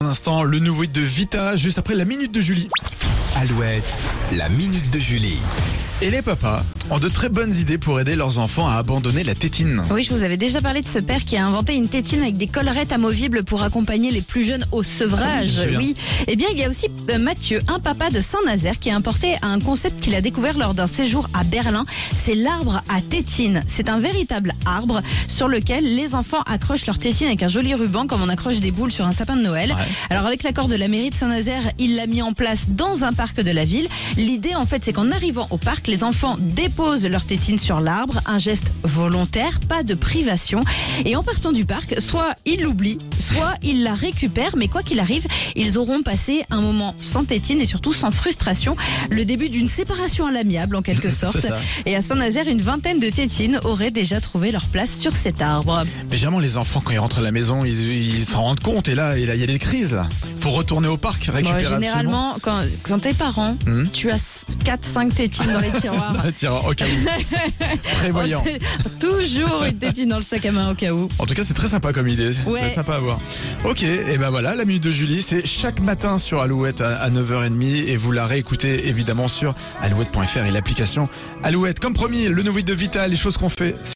instant, le nouveau hit de Vita, juste après la minute de Julie. Alouette, la minute de Julie. Et les papas ont de très bonnes idées pour aider leurs enfants à abandonner la tétine. Oui, je vous avais déjà parlé de ce père qui a inventé une tétine avec des collerettes amovibles pour accompagner les plus jeunes au sevrage. Ah oui, je me souviens. Oui. Eh bien, il y a aussi Mathieu, un papa de Saint-Nazaire, qui a importé un concept qu'il a découvert lors d'un séjour à Berlin. C'est l'arbre à tétine. C'est un véritable arbre sur lequel les enfants accrochent leur tétine avec un joli ruban, comme on accroche des boules sur un sapin de Noël. Ouais. Alors, avec l'accord de la mairie de Saint-Nazaire, il l'a mis en place dans un parc de la ville. L'idée, en fait, c'est qu'en arrivant au parc, les enfants déposent leur tétine sur l'arbre, un geste volontaire, pas de privation. Et en partant du parc, soit ils l'oublient, soit ils la récupèrent, mais quoi qu'il arrive, ils auront passé un moment sans tétine et surtout sans frustration. Le début d'une séparation à l'amiable, en quelque sorte. C'est ça. Et à Saint-Nazaire, une vingtaine de tétines auraient déjà trouvé leur place sur cet arbre. Mais généralement, les enfants, quand ils rentrent à la maison, ils s'en rendent compte. Et là, il y a des crises. Là. Faut retourner au parc, récupérer Bon, généralement, quand t'es parent, tu as 4-5 tétines dans les tiroirs. absolument. Tiens, au cas où. Prévoyant. Oh, c'est toujours une tétine dans le sac à main au cas où. En tout cas, c'est très sympa comme idée. Ouais. C'est sympa à voir. Ok, et ben voilà, la minute de Julie, c'est chaque matin sur Alouette à 9h30 et vous la réécoutez évidemment sur alouette.fr et l'application Alouette. Comme promis, le nouveau hit de Vita, les choses qu'on fait